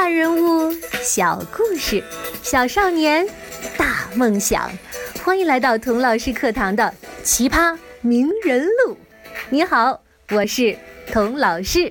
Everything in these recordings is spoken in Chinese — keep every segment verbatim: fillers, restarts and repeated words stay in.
大人物，小故事，小少年，大梦想。欢迎来到童老师课堂的奇葩名人录。你好，我是童老师。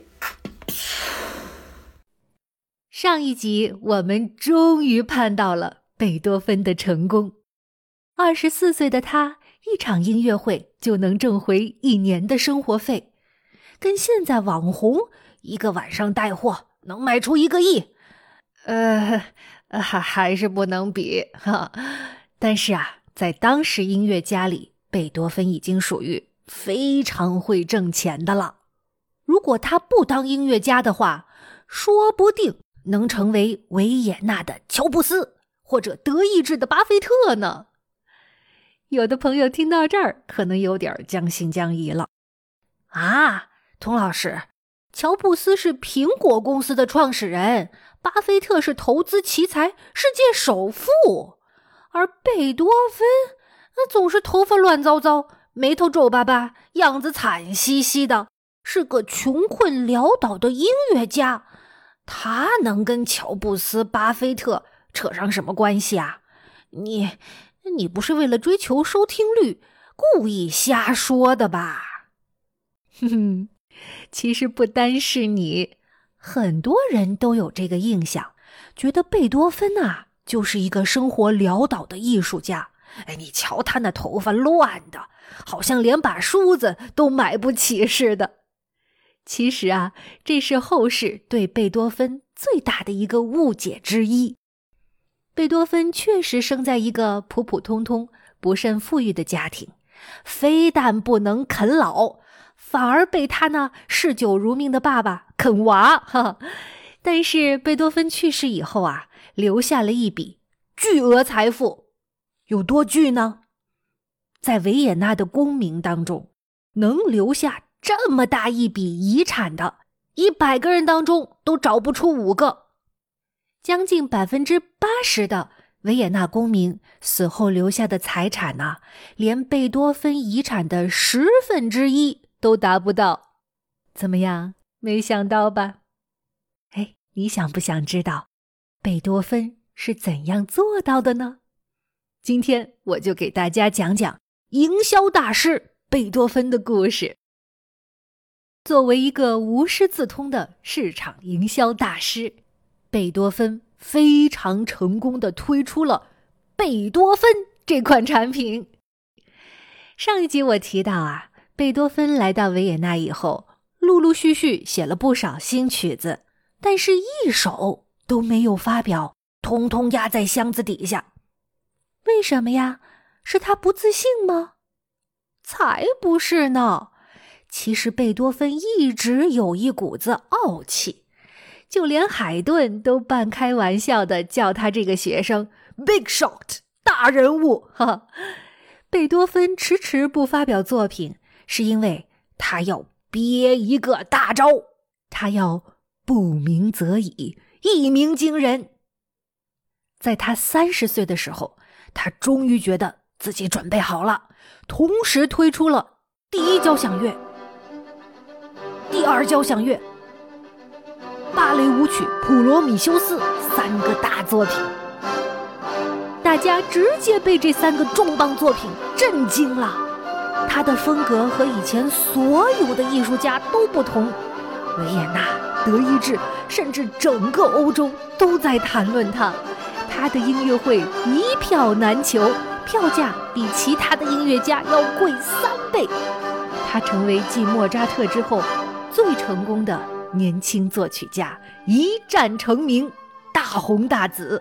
上一集我们终于盼到了贝多芬的成功。二十四岁的他，一场音乐会就能挣回一年的生活费，跟现在网红一个晚上带货能卖出一个亿，呃，还还是不能比哈。但是啊，在当时音乐家里，贝多芬已经属于非常会挣钱的了。如果他不当音乐家的话，说不定能成为维也纳的乔布斯，或者德意志的巴菲特呢。有的朋友听到这儿，可能有点将信将疑了。啊，童老师，乔布斯是苹果公司的创始人，巴菲特是投资奇才，世界首富，而贝多芬那总是头发乱糟糟，眉头皱巴巴，样子惨兮兮的，是个穷困潦倒的音乐家。他能跟乔布斯、巴菲特扯上什么关系啊？你你不是为了追求收听率故意瞎说的吧？哼哼，其实不单是你，很多人都有这个印象，觉得贝多芬啊就是一个生活潦倒的艺术家。哎，你瞧他那头发乱的，好像连把梳子都买不起似的。其实啊，这是后世对贝多芬最大的一个误解之一。贝多芬确实生在一个普普通通、不甚富裕的家庭，非但不能啃老，反而被他那嗜酒如命的爸爸啃娃。哈，但是贝多芬去世以后啊，留下了一笔巨额财富。有多巨呢？在维也纳的公民当中，能留下这么大一笔遗产的，一百个人当中都找不出五个。将近百分之八十的维也纳公民死后留下的财产呢、啊，连贝多芬遗产的十分之一都达不到。怎么样？没想到吧？哎，你想不想知道贝多芬是怎样做到的呢？今天我就给大家讲讲营销大师贝多芬的故事。作为一个无师自通的市场营销大师，贝多芬非常成功地推出了贝多芬这款产品。上一集我提到啊，贝多芬来到维也纳以后，陆陆续续写了不少新曲子，但是一首都没有发表，通通压在箱子底下。为什么呀？是他不自信吗？才不是呢！其实贝多芬一直有一股子傲气，就连海顿都半开玩笑地叫他这个学生 Big Shot 大人物。哈哈，贝多芬迟迟不发表作品，是因为他要憋一个大招，他要不鸣则已，一鸣惊人。在他三十岁的时候，他终于觉得自己准备好了，同时推出了第一交响乐、第二交响乐、芭蕾舞曲《普罗米修斯》三个大作品。大家直接被这三个重磅作品震惊了。他的风格和以前所有的艺术家都不同，维也纳、德意志，甚至整个欧洲都在谈论他。他的音乐会一票难求，票价比其他的音乐家要贵三倍。他成为继莫扎特之后最成功的年轻作曲家，一战成名，大红大紫。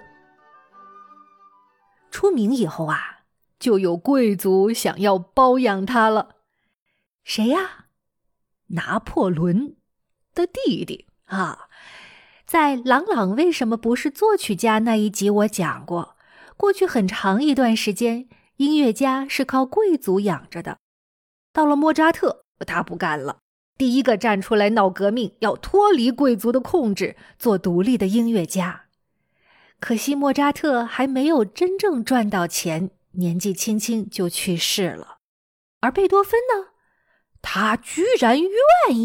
出名以后啊，就有贵族想要包养他了。谁呀？拿破仑的弟弟啊。在朗朗为什么不是作曲家那一集我讲过，过去很长一段时间，音乐家是靠贵族养着的。到了莫扎特，他不干了，第一个站出来闹革命，要脱离贵族的控制，做独立的音乐家。可惜莫扎特还没有真正赚到钱，年纪轻轻就去世了。而贝多芬呢，他居然愿意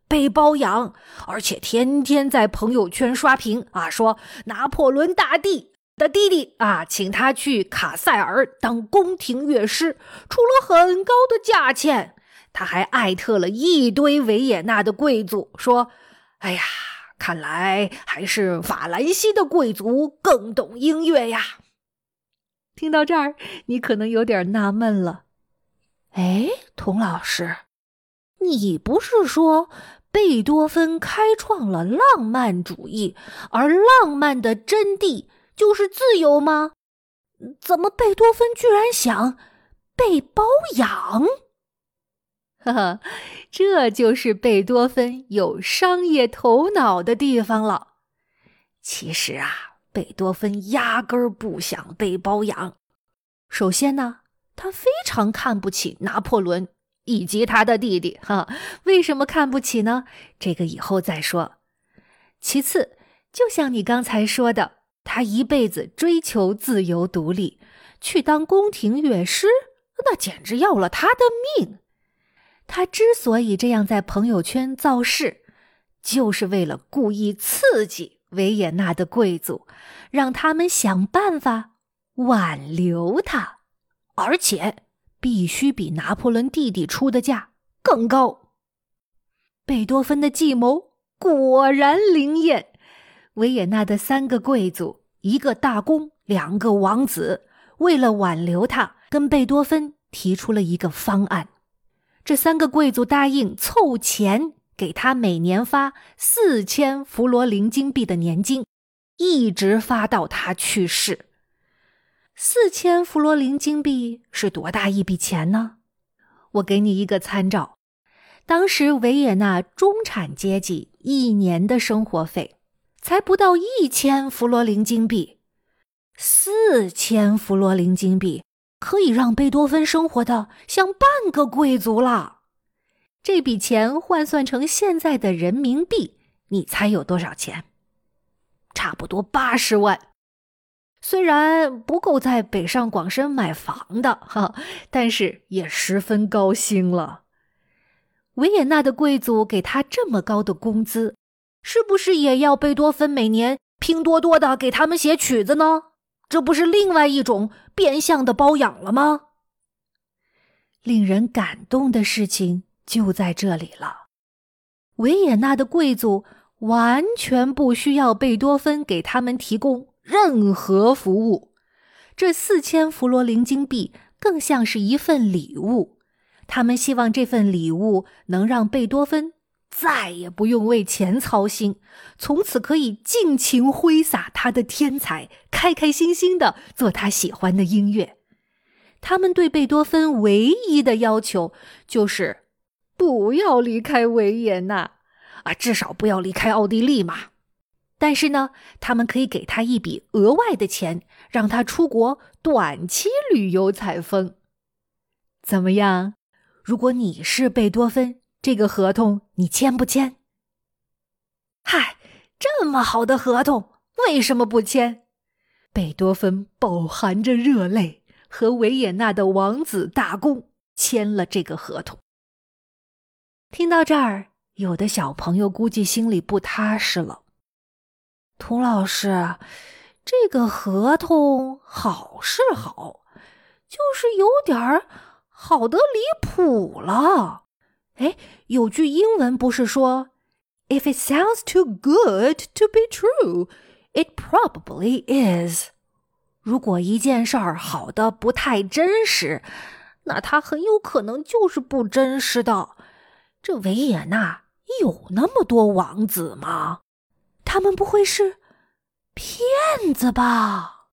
被包养，而且天天在朋友圈刷屏啊，说拿破仑大帝的弟弟啊，请他去卡塞尔当宫廷乐师，出了很高的价钱。他还艾特了一堆维也纳的贵族，说哎呀，看来还是法兰西的贵族更懂音乐呀。 听到这儿，你可能有点纳闷了。 哎，童老师，你不是说贝多芬开创了浪漫主义，而浪漫的真谛就是自由吗？怎么贝多芬居然想被包养？ 呵呵，这就是贝多芬有商业头脑的地方了。 其实啊，贝多芬压根儿不想被包养。首先呢，他非常看不起拿破仑以及他的弟弟哈， 为什么看不起呢？这个以后再说。其次，就像你刚才说的，他一辈子追求自由独立，去当宫廷乐师，那简直要了他的命。他之所以这样在朋友圈造势，就是为了故意刺激维也纳的贵族，让他们想办法挽留他， 而且必须比拿破仑弟弟出的价更高。 贝多芬的计谋果然灵验，维也纳的三个贵族，一个大公，两个王子，为了挽留他，跟贝多芬提出了一个方案。这三个贵族答应凑钱给他每年发四千弗罗林金币的年金，一直发到他去世。四千弗罗林金币是多大一笔钱呢？我给你一个参照，当时维也纳中产阶级一年的生活费才不到一千弗罗林金币，四千弗罗林金币可以让贝多芬生活的像半个贵族了。这笔钱换算成现在的人民币，你猜有多少钱？ 差不多八十万。虽然不够在北上广深买房的哈，但是也十分高兴了。 维也纳的贵族给他这么高的工资，是不是也要贝多芬每年拼多多的给他们写曲子呢？这不是另外一种变相的包养了吗？令人感动的事情就在这里了。维也纳的贵族完全不需要贝多芬给他们提供任何服务，这四千弗罗林金币更像是一份礼物。他们希望这份礼物能让贝多芬再也不用为钱操心，从此可以尽情挥洒他的天才，开开心心地做他喜欢的音乐。他们对贝多芬唯一的要求就是不要离开维也纳啊，至少不要离开奥地利嘛。 但是呢，他们可以给他一笔额外的钱，让他出国短期旅游采风。怎么样？如果你是贝多芬，这个合同你签不签？ 嗨，这么好的合同，为什么不签？ 贝多芬饱含着热泪，和维也纳的王子大公签了这个合同。听到这儿，有的小朋友估计心里不踏实了。 童老师，这个合同好是好，就是有点好得离谱了。哎，有句英文不是说 If it sounds too good to be true, it probably is。 如果一件事儿好的不太真实，那它很有可能就是不真实的。这维也纳有那么多王子吗？他们不会是骗子吧？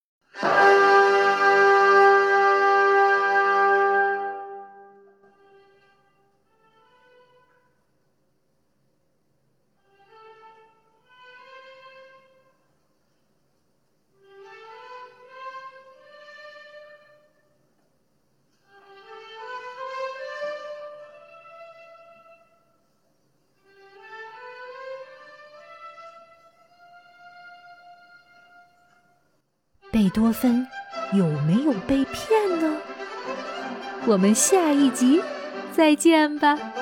贝多芬有没有被骗呢？我们下一集再见吧。